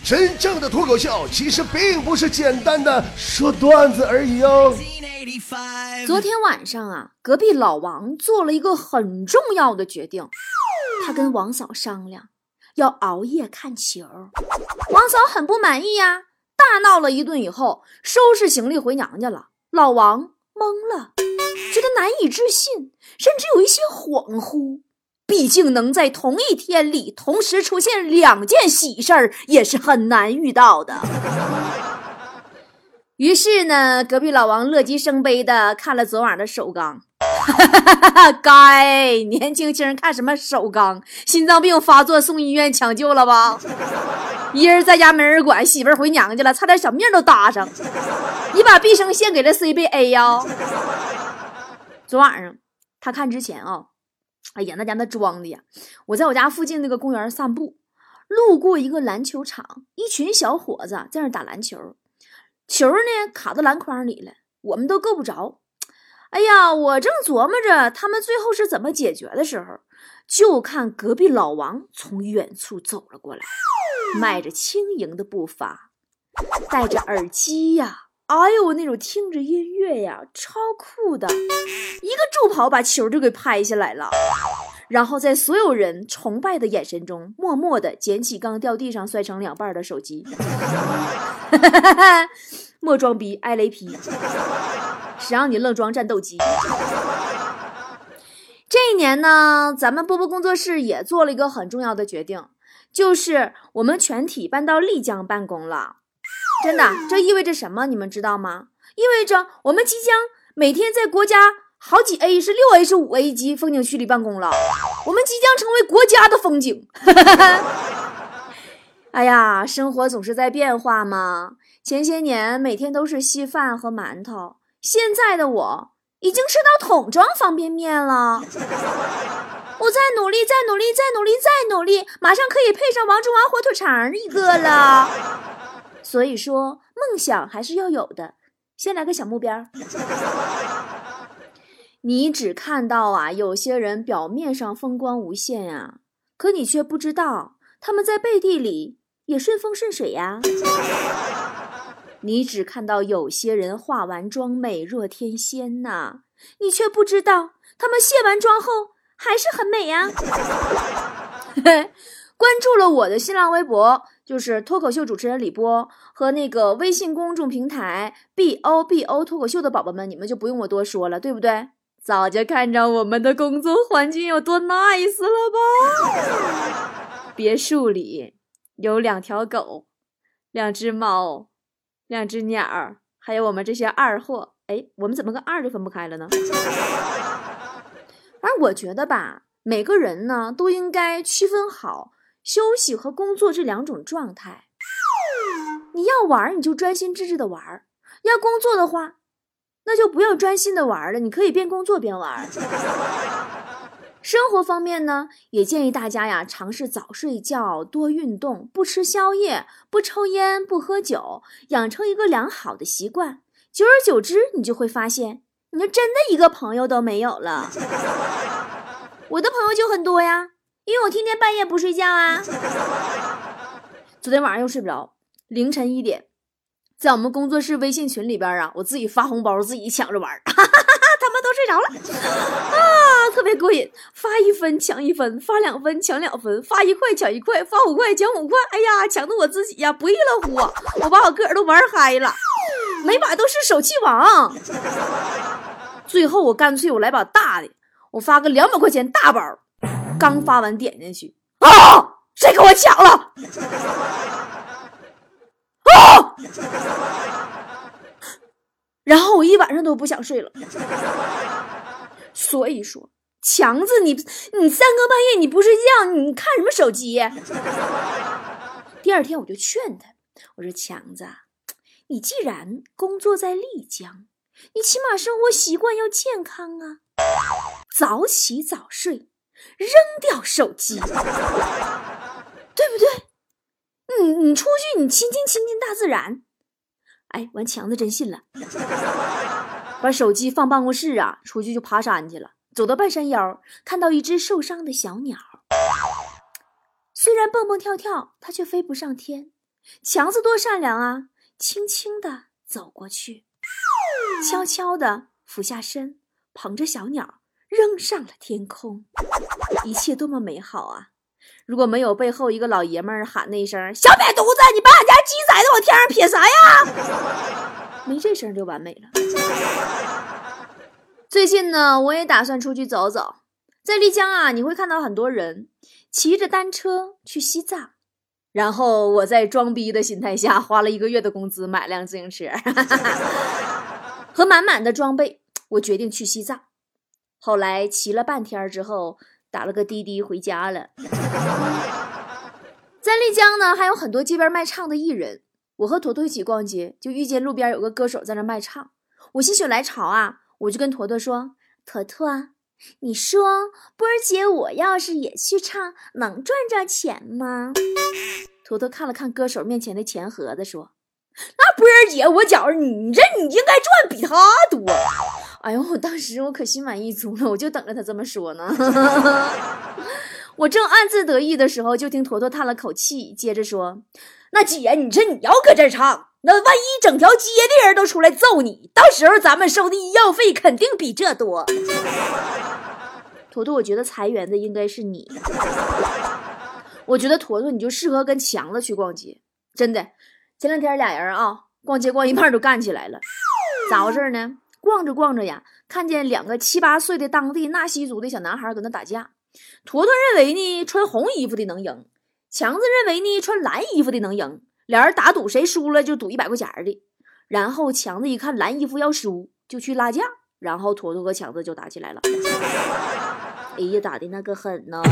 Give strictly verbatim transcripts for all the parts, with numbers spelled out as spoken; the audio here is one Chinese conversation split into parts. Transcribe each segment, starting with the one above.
真正的脱口秀其实并不是简单的说段子而已哦。 昨天晚上啊，隔壁老王做了一个很重要的决定，他跟王嫂商量要熬夜看球。王嫂很不满意呀、啊，大闹了一顿以后，收拾行李回娘家了。老王懵了，觉得难以置信，甚至有一些恍惚。毕竟能在同一天里同时出现两件喜事儿，也是很难遇到的。于是呢，隔壁老王乐极生悲的看了昨晚的首钢。该年轻轻看什么首钢，心脏病发作送医院抢救了吧？一人在家没人管，媳妇儿回娘家了，差点小命都搭上。你把毕生献给了 C B A 呀。昨晚上他看之前啊，哎呀，那家那装的呀！我在我家附近那个公园散步，路过一个篮球场，一群小伙子在那打篮球，球呢卡到篮筐里了，我们都够不着。哎呀，我正琢磨着他们最后是怎么解决的时候，就看隔壁老王从远处走了过来，迈着轻盈的步伐，戴着耳机呀，哎呦，那种听着音乐呀，超酷的，一个助跑把球就给拍下来了，然后在所有人崇拜的眼神中，默默地捡起刚掉地上摔成两半的手机。莫装逼，挨雷劈，谁让你愣装战斗机。这一年呢，咱们波波工作室也做了一个很重要的决定，就是我们全体搬到丽江办公了。真的，这意味着什么？你们知道吗？意味着我们即将每天在国家好几 A 是六 A 是五 A 级风景区里办公了，我们即将成为国家的风景。哎呀，生活总是在变化嘛。前些年每天都是稀饭和馒头，现在的我已经吃到桶装方便面了。我再努力，再努力，再努力，再努力，马上可以配上王中王火腿肠一个了。所以说，梦想还是要有的。先来个小目标。你只看到啊，有些人表面上风光无限啊，可你却不知道，他们在背地里也顺风顺水呀。你只看到有些人化完妆美若天仙呐，你却不知道，他们卸完妆后还是很美呀。关注了我的新浪微博，就是脱口秀主持人李波，和那个微信公众平台 B O B O 脱口秀的宝宝们，你们就不用我多说了，对不对？早就看着我们的工作环境有多 nice 了吧？别墅里有两条狗，两只猫，两只鸟，还有我们这些二货。哎，我们怎么跟二就分不开了呢？反正我觉得吧，每个人呢都应该区分好休息和工作这两种状态。你要玩你就专心致志的玩，要工作的话那就不要专心的玩了，你可以边工作边玩。生活方面呢，也建议大家呀尝试早睡觉，多运动，不吃宵夜，不抽烟，不喝酒，养成一个良好的习惯。久而久之，你就会发现你就真的一个朋友都没有了。我的朋友就很多呀，因为我天天半夜不睡觉啊。昨天晚上又睡不着，凌晨一点，在我们工作室微信群里边啊，我自己发红包，自己抢着玩，哈哈哈哈，他们都睡着了啊，特别过瘾，发一分抢一分，发两分抢两分，发一块抢一块，发五块抢五块，哎呀，抢得我自己呀不亦乐乎啊！我把我个儿都玩嗨了，每把都是手气王。最后我干脆我来把大的，我发个两百块钱大包，刚发完点进去，啊，谁给我抢了？啊！然后我一晚上都不想睡了。所以说，强子你你三更半夜你不睡觉，你看什么手机？第二天我就劝他，我说强子，你既然工作在丽江，你起码生活习惯要健康啊，早起早睡，扔掉手机，对不对？你你出去你亲近亲近大自然。哎，完强子真信了，把手机放办公室啊，出去就爬山去了。走到半山腰，看到一只受伤的小鸟，虽然蹦蹦跳跳，它却飞不上天， 强子多善良啊，轻轻地走过去，悄悄地俯下身，捧着小鸟扔上了天空。一切多么美好啊！如果没有背后一个老爷们儿喊那一声小瘪犊子，你把俺家鸡宰的往天上撇啥呀，没这声就完美了。最近呢，我也打算出去走走。在丽江啊，你会看到很多人骑着单车去西藏，然后我在装逼的心态下花了一个月的工资买辆自行车和满满的装备，我决定去西藏。后来骑了半天之后，打了个滴滴回家了。在丽江呢，还有很多街边卖唱的艺人。我和坨坨一起逛街，就遇见路边有个歌手在那卖唱。我心血来潮啊，我就跟坨坨说，坨坨，你说波儿姐我要是也去唱，能赚着钱吗？坨坨看了看歌手面前的钱盒子说，那波儿姐我觉着你这你应该赚比他多。哎呦，我当时我可心满意足了，我就等着他这么说呢。我正暗自得意的时候，就听坨坨叹了口气，接着说，那姐你这你要搁这儿唱，那万一整条街的人都出来揍你，到时候咱们收的医药费肯定比这多。坨坨，我觉得裁员的应该是你。我觉得坨坨你就适合跟强子去逛街，真的。前两天俩人啊，逛街逛一半都干起来了。咋回事呢？逛着逛着呀，看见两个七八岁的当地纳西族的小男孩搁那打架。坨坨认为呢，穿红衣服的能赢，强子认为呢，穿蓝衣服的能赢，俩人打赌谁输了就赌一百块钱的。然后强子一看蓝衣服要输，就去拉架，然后坨坨和强子就打起来了。哎呀，打的那个狠呢！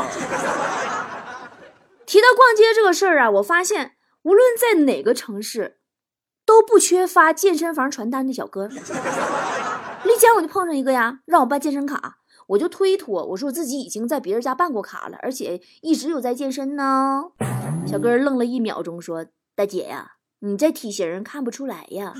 提到逛街这个事儿啊，我发现无论在哪个城市，都不缺乏健身房传单的小哥。丽江我就碰上一个呀，让我办健身卡，我就推脱，我说我自己已经在别人家办过卡了，而且一直有在健身呢。小哥愣了一秒钟说，大姐呀，你这体型看不出来呀。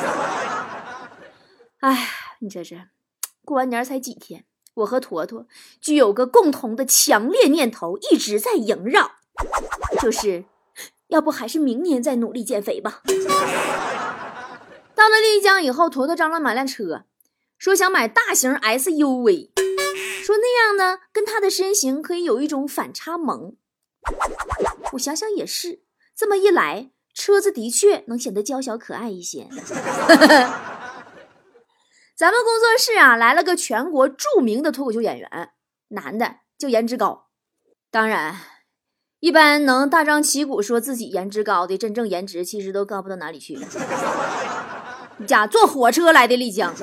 哎，你这是过完年才几天，我和坨坨具有个共同的强烈念头一直在萦绕，就是要不还是明年再努力减肥吧。到了丽江以后，坨坨张罗买辆车，说想买大型 S U V， 说那样呢跟他的身形可以有一种反差萌。我想想也是，这么一来车子的确能显得娇小可爱一些。咱们工作室啊来了个全国著名的脱口秀演员，男的就颜值高。当然一般能大张旗鼓说自己颜值高的，真正颜值其实都高不到哪里去。家坐火车来的丽江。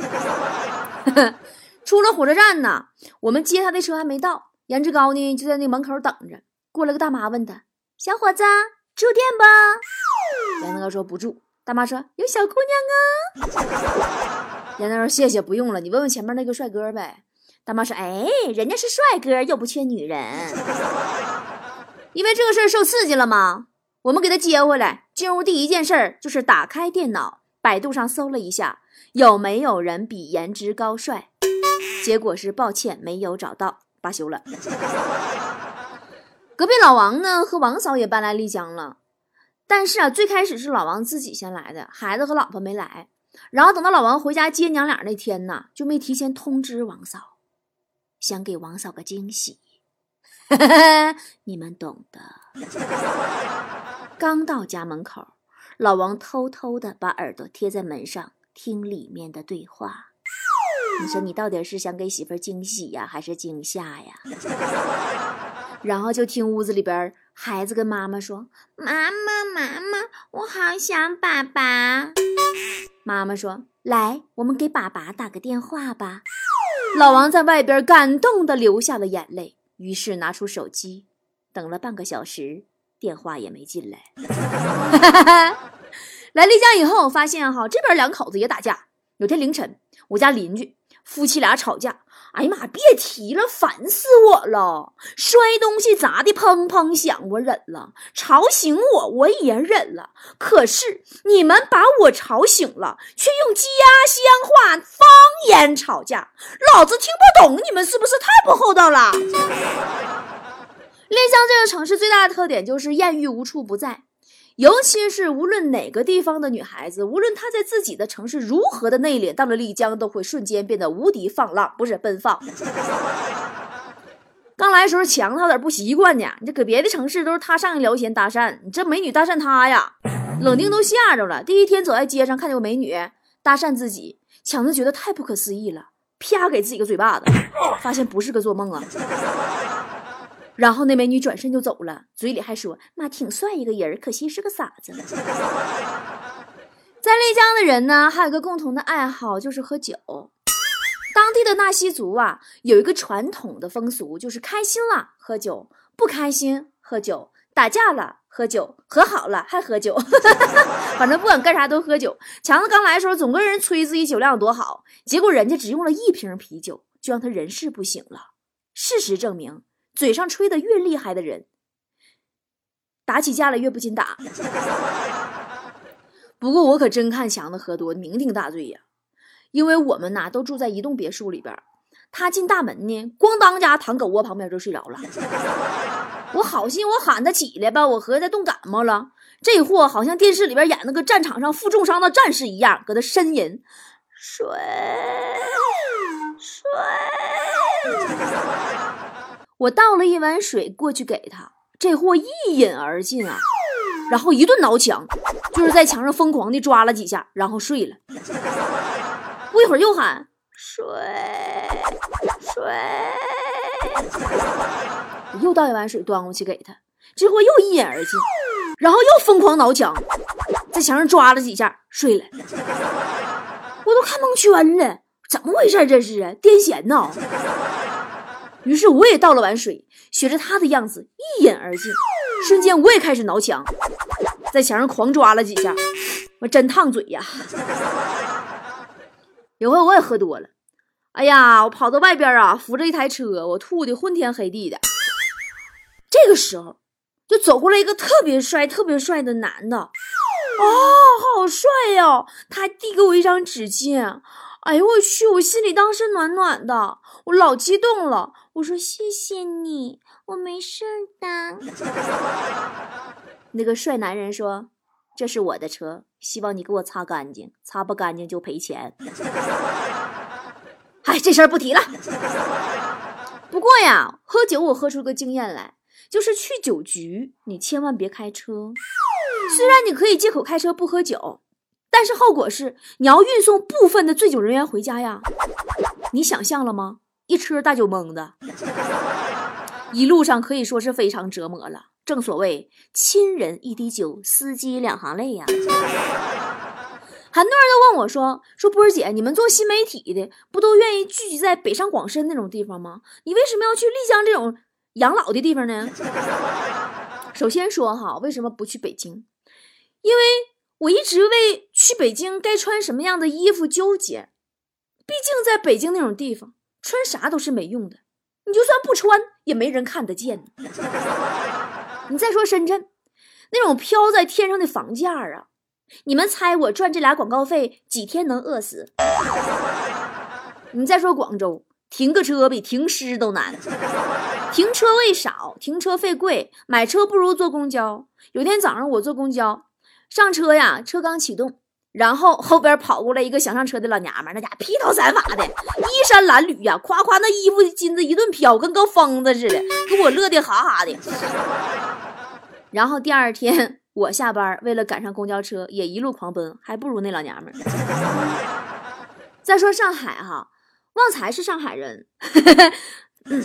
出了火车站呢，我们接他的车还没到，颜值高呢就在那门口等着。过来个大妈问他，小伙子住店不？颜值高说不住。大妈说有小姑娘啊。颜值高说谢谢不用了，你问问前面那个帅哥呗。大妈说哎，人家是帅哥又不缺女人。因为这个事儿受刺激了吗？我们给他接回来，进屋第一件事就是打开电脑，百度上搜了一下有没有人比颜值高帅，结果是抱歉没有找到，罢休了。隔壁老王呢和王嫂也搬来丽江了，但是啊最开始是老王自己先来的，孩子和老婆没来，然后等到老王回家接娘俩那天呢，就没提前通知王嫂，想给王嫂个惊喜。你们懂的。刚到家门口，老王偷偷的把耳朵贴在门上听里面的对话。你说你到底是想给媳妇儿惊喜呀还是惊吓呀？然后就听屋子里边孩子跟妈妈说，妈妈妈妈我好想爸爸。妈妈说来我们给爸爸打个电话吧。老王在外边感动的流下了眼泪，于是拿出手机，等了半个小时，电话也没进来。来丽江以后，我发现哈，这边两口子也打架。有天凌晨，我家邻居夫妻俩吵架，哎呀妈，别提了，烦死我了！摔东西砸的砰砰响，我忍了；吵醒我，我也忍了。可是你们把我吵醒了，却用家乡话、方言吵架，老子听不懂，你们是不是太不厚道了？丽江这个城市最大的特点就是艳遇无处不在， 尤其是无论哪个地方的女孩子，无论她在自己的城市如何的内敛，到了丽江都会瞬间变得无敌放浪，不是奔放。刚来的时候强，他有点不习惯呢。你这搁别的城市都是他上一聊先搭讪，你这美女搭讪他呀，冷静都吓着了。第一天走在街上看见有美女搭讪自己，强子觉得太不可思议了，啪给自己个嘴巴子，发现不是个做梦啊。然后那美女转身就走了，嘴里还说妈挺帅一个人，可惜是个傻子。在丽江的人呢，还有一个共同的爱好，就是喝酒。当地的纳西族啊，有一个传统的风俗，就是开心了喝酒，不开心喝酒，打架了喝酒，和好了还喝酒。反正不管干啥都喝酒。强子刚来的时候总跟人吹自己酒量多好，结果人家只用了一瓶啤酒就让他人事不省了。事实证明，嘴上吹得越厉害的人，打起架来越不禁打。不过我可真看强子喝多酩酊大醉呀，因为我们呐都住在一栋别墅里边，他进大门呢，咣当家躺狗窝旁边就睡着了。我好心我喊他起来吧，我合计他冻感冒了，这货好像电视里边演那个战场上负重伤的战士一样，搁他呻吟水水。我倒了一碗水过去给他，这货一饮而尽啊，然后一顿挠墙，就是在墙上疯狂地抓了几下，然后睡了。不一会儿又喊水水，我又倒一碗水端过去给他，这货又一饮而尽，然后又疯狂挠墙，在墙上抓了几下睡了。我都看蒙圈了，怎么回事这是啊？癫痫呢？于是我也倒了碗水，学着他的样子一饮而尽，瞬间我也开始挠墙，在墙上狂抓了几下，我真烫嘴呀。有回我也喝多了，哎呀，我跑到外边啊，扶着一台车，我吐的昏天黑地的。这个时候就走过来一个特别帅特别帅的男的，哦，好帅呀、哦！他还递给我一张纸巾，哎呦我去，我心里当时暖暖的，我老激动了，我说谢谢你，我没事的。那个帅男人说，这是我的车，希望你给我擦干净，擦不干净就赔钱。哎，这事儿不提了。不过呀，喝酒我喝出个经验来，就是去酒局你千万别开车。虽然你可以借口开车不喝酒，但是后果是你要运送部分的醉酒人员回家呀。你想象了吗？一车大酒蒙的，一路上可以说是非常折磨了。正所谓亲人一滴酒，司机两行泪呀。很多人都问我说说波儿姐，你们做新媒体的不都愿意聚集在北上广深那种地方吗？你为什么要去丽江这种养老的地方呢？首先说哈，为什么不去北京？因为我一直为去北京该穿什么样的衣服纠结。毕竟在北京那种地方，穿啥都是没用的，你就算不穿也没人看得见。你再说深圳那种飘在天上的房价啊，你们猜我赚这俩广告费几天能饿死？你再说广州，停个车比停尸都难，停车位少，停车费贵，买车不如坐公交。有天早上我坐公交上车呀，车刚启动，然后后边跑过来一个想上车的老娘们，那家披头散发的，衣衫褴褛呀，夸夸那衣服金子一顿飘，跟个疯子似的，给我乐得哈哈的。然后第二天我下班，为了赶上公交车也一路狂奔，还不如那老娘们。再说上海哈，旺财是上海人。嗯，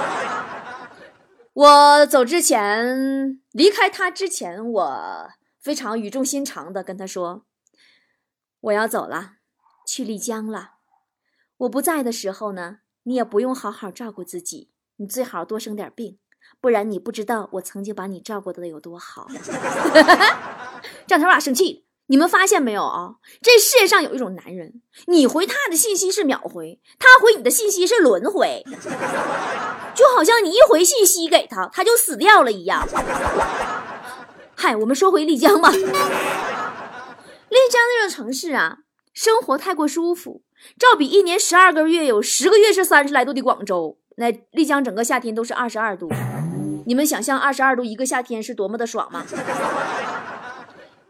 我走之前，离开他之前，我非常语重心长的跟他说，我要走了，去丽江了。我不在的时候呢，你也不用好好照顾自己，你最好多生点病，不然你不知道我曾经把你照顾的有多好。这样他俩生气了。你们发现没有啊？这世界上有一种男人，你回他的信息是秒回，他回你的信息是轮回，就好像你一回信息给他，他就死掉了一样。嗨，我们说回丽江吧。丽江这个城市啊，生活太过舒服，照比一年十二个月有十个月是三十来度的广州，那丽江整个夏天都是二十二度。你们想象二十二度一个夏天是多么的爽吗？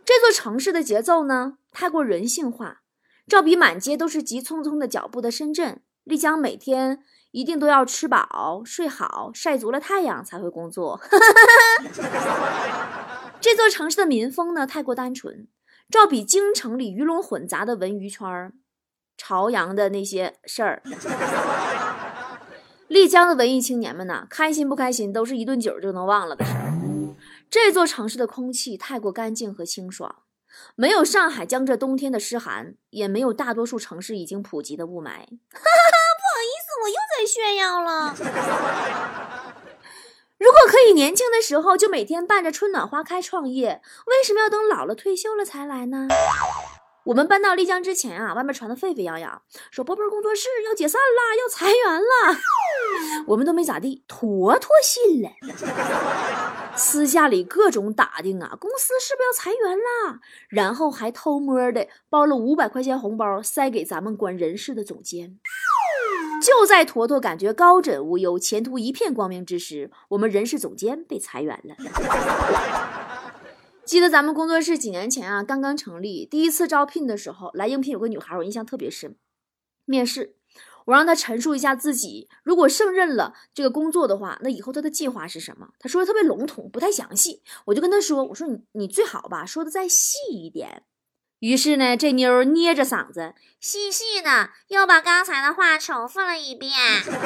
这座城市的节奏呢，太过人性化，照比满街都是急匆匆的脚步的深圳，丽江每天一定都要吃饱、睡好、晒足了太阳才会工作。这座城市的民风呢，太过单纯，照比京城里鱼龙混杂的文娱圈、朝阳的那些事儿。丽江的文艺青年们呢，开心不开心都是一顿酒就能忘了的事儿。这座城市的空气太过干净和清爽，没有上海江浙冬天的湿寒，也没有大多数城市已经普及的雾霾。哈哈，不好意思，我又在炫耀了。如果可以年轻的时候就每天伴着春暖花开创业，为什么要等老了退休了才来呢？我们搬到丽江之前啊，外面传得沸沸扬扬，说波波工作室要解散了，要裁员了。我们都没咋地，妥妥信了。私下里各种打听啊，公司是不是要裁员啦？然后还偷摸的包了五百块钱红包塞给咱们管人事的总监。就在坨坨感觉高枕无忧、前途一片光明之时，我们人事总监被裁员了。记得咱们工作室几年前啊，刚刚成立，第一次招聘的时候，来应聘有个女孩，我印象特别深。面试，我让她陈述一下自己如果胜任了这个工作的话，那以后她的计划是什么？她说的特别笼统，不太详细。我就跟她说，我说你你最好吧，说的再细一点。于是呢，这妞捏着嗓子，细细的又把刚才的话重复了一遍。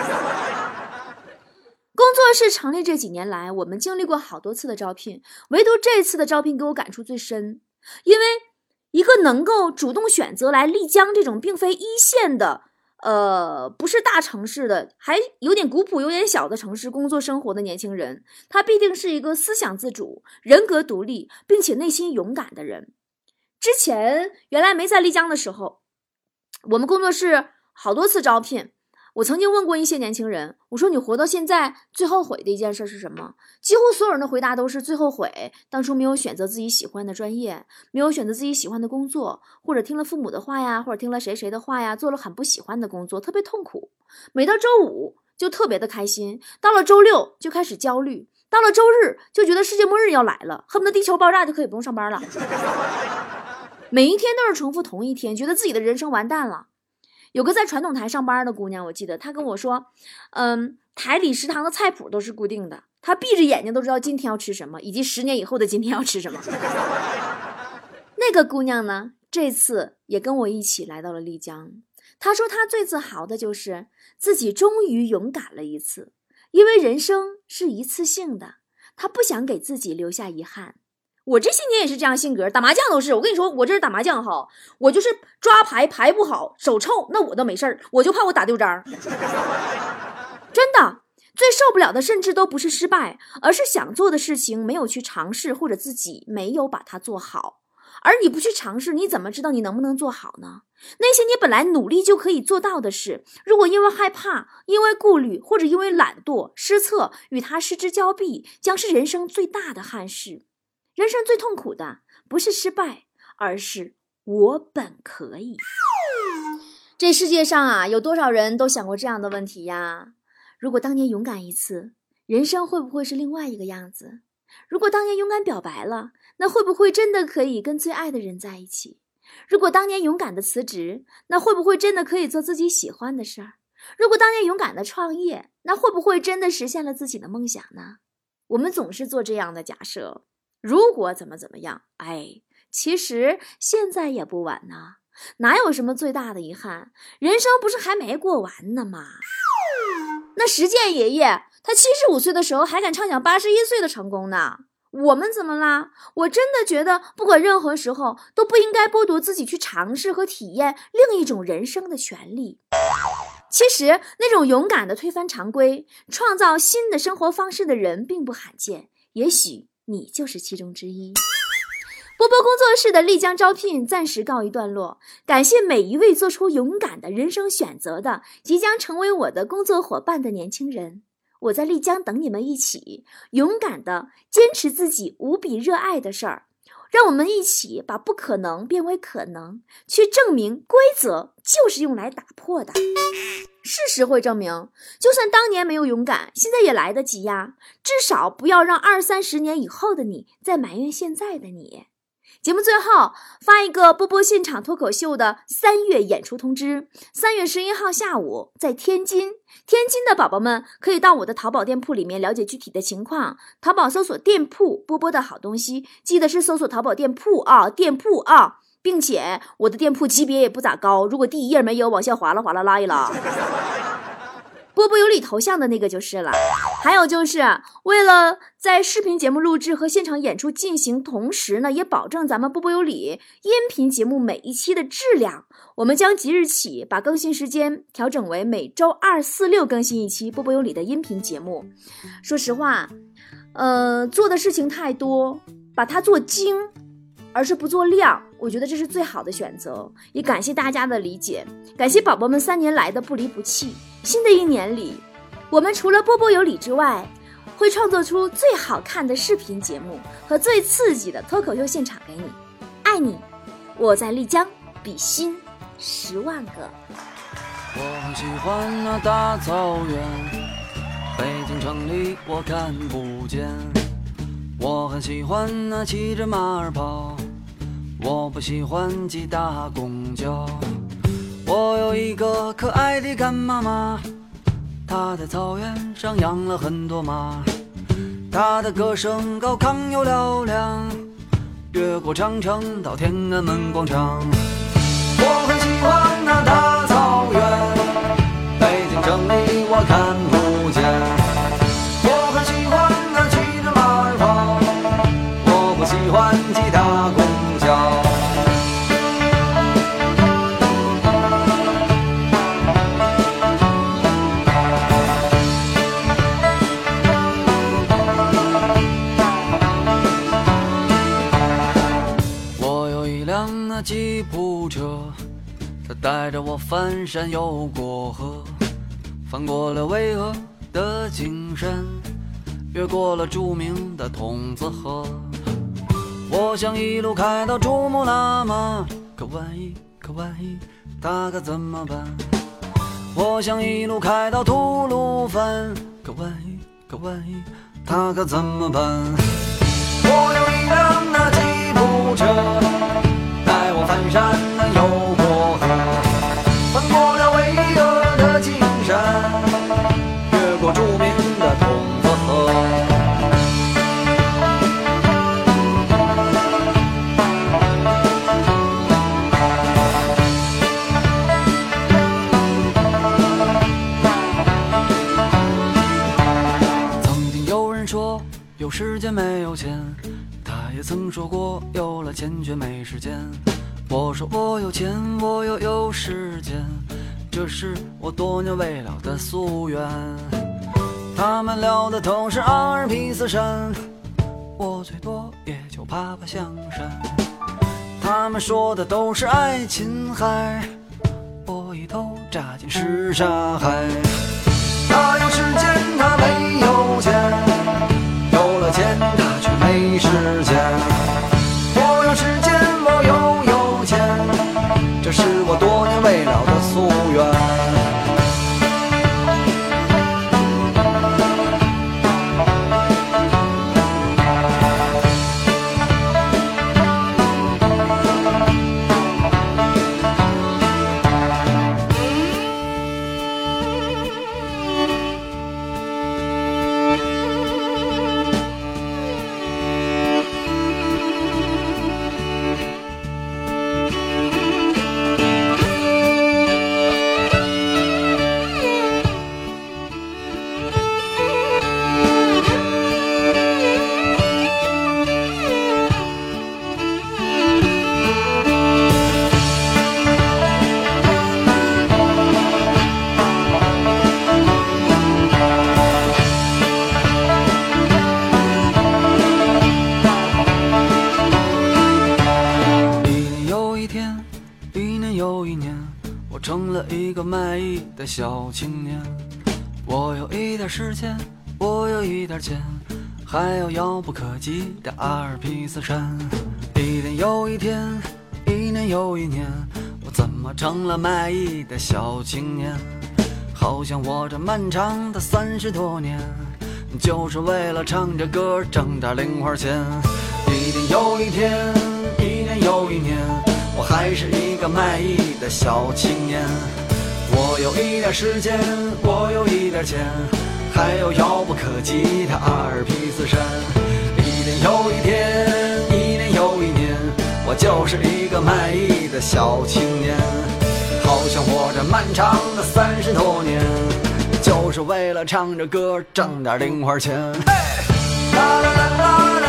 工作室成立这几年来，我们经历过好多次的招聘，唯独这次的招聘给我感触最深。因为一个能够主动选择来丽江这种并非一线的呃，不是大城市的，还有点古朴有点小的城市工作生活的年轻人，他必定是一个思想自主、人格独立并且内心勇敢的人。之前原来没在丽江的时候，我们工作室好多次招聘，我曾经问过一些年轻人，我说你活到现在最后悔的一件事是什么？几乎所有人的回答都是最后悔当初没有选择自己喜欢的专业，没有选择自己喜欢的工作，或者听了父母的话呀，或者听了谁谁的话呀，做了很不喜欢的工作，特别痛苦。每到周五就特别的开心，到了周六就开始焦虑，到了周日就觉得世界末日要来了，恨不得地球爆炸就可以不用上班了。每一天都是重复同一天，觉得自己的人生完蛋了。有个在传统台上班的姑娘，我记得她跟我说，嗯，台里食堂的菜谱都是固定的，她闭着眼睛都知道今天要吃什么，以及十年以后的今天要吃什么。那个姑娘呢，这次也跟我一起来到了丽江。她说她最自豪的就是自己终于勇敢了一次，因为人生是一次性的，她不想给自己留下遗憾。我这些年也是这样性格，打麻将都是。我跟你说，我这是打麻将哈，我就是抓牌牌不好，手臭，那我倒没事儿，我就怕我打丢张。真的，最受不了的甚至都不是失败，而是想做的事情没有去尝试，或者自己没有把它做好。而你不去尝试，你怎么知道你能不能做好呢？那些你本来努力就可以做到的事，如果因为害怕、因为顾虑或者因为懒惰、失策与它失之交臂，将是人生最大的憾事。人生最痛苦的不是失败，而是我本可以。这世界上啊，有多少人都想过这样的问题呀？如果当年勇敢一次，人生会不会是另外一个样子？如果当年勇敢表白了，那会不会真的可以跟最爱的人在一起？如果当年勇敢的辞职，那会不会真的可以做自己喜欢的事儿？如果当年勇敢的创业，那会不会真的实现了自己的梦想呢？我们总是做这样的假设，如果怎么怎么样，哎，其实现在也不晚呢，哪有什么最大的遗憾？人生不是还没过完呢吗？那实践爷爷，他七十五岁的时候还敢畅想八十一岁的成功呢。我们怎么啦？我真的觉得，不管任何时候，都不应该剥夺自己去尝试和体验另一种人生的权利。其实，那种勇敢的推翻常规、创造新的生活方式的人并不罕见，也许你就是其中之一。波波工作室的丽江招聘暂时告一段落，感谢每一位做出勇敢的人生选择的即将成为我的工作伙伴的年轻人。我在丽江等你们一起勇敢的坚持自己无比热爱的事儿，让我们一起把不可能变为可能，去证明规则就是用来打破的。事实会证明，就算当年没有勇敢，现在也来得及呀。至少不要让二三十年以后的你再埋怨现在的你。 节目最后发一个波波现场脱口秀的三月演出通知，三月十一号下午在天津，天津的宝宝们可以到我的淘宝店铺里面了解具体的情况。淘宝搜索店铺波波的好东西，记得是搜索淘宝店铺啊，店铺啊，并且我的店铺级别也不咋高，如果第一页没有，往下滑啦滑啦拉一拉。波波有理头像的那个就是了。还有就是为了在视频节目录制和现场演出进行同时呢，也保证咱们波波有理音频节目每一期的质量，我们将即日起把更新时间调整为每周二四六更新一期波波有理的音频节目。说实话呃，做的事情太多，把它做精而是不做量，我觉得这是最好的选择。也感谢大家的理解，感谢宝宝们三年来的不离不弃。新的一年里，我们除了波波有理之外，会创作出最好看的视频节目和最刺激的脱口秀现场给你。爱你，我在丽江，比心十万个。 我很喜欢那大草原，北京城里我看不见。我很喜欢那骑着马儿跑，我不喜欢挤大公交。我有一个可爱的干妈妈，她在草原上养了很多马，她的歌声高亢又嘹亮，越过长城到天安门广场。我很喜欢那大草原，北京城里我看不见。我很喜欢那骑着马儿跑，我不喜欢挤大公交。吉普车，它带着我翻山又过河，翻过了巍峨的景山，越过了著名的筒子河。我想一路开到珠穆朗玛，可万一可万一它可怎么办？我想一路开到吐鲁番，可万一可万一它可怎么办？我有一辆那吉普车，带我翻山又过河，翻过了巍峨的金山，越过著名的筒子河。曾经有人说有时间没有钱，他也曾说过有了钱却没时间。我说我有钱，我又有时间，这是我多年未了的夙愿。他们聊的都是阿尔卑斯山，我最多也就爬爬象山。他们说的都是爱琴海，我一头扎进什刹海。他有时间，他没有钱，有了钱他却没时间。我有时间，我又有钱，这是我多年未了的夙愿。成了一个卖艺的小青年，我有一点时间，我有一点钱，还有遥不可及的阿尔卑斯山。一天又一天，一年又一年，我怎么成了卖艺的小青年？好像我这漫长的三十多年，就是为了唱着歌挣点零花钱。一天又一天，一卖艺的小青年。我有一点时间，我有一点钱，还有遥不可及的阿尔卑斯山。一年又一天，一年又一年，我就是一个卖艺的小青年。好像活着漫长的三十多年，就是为了唱着歌挣点零花钱。啦啦啦啦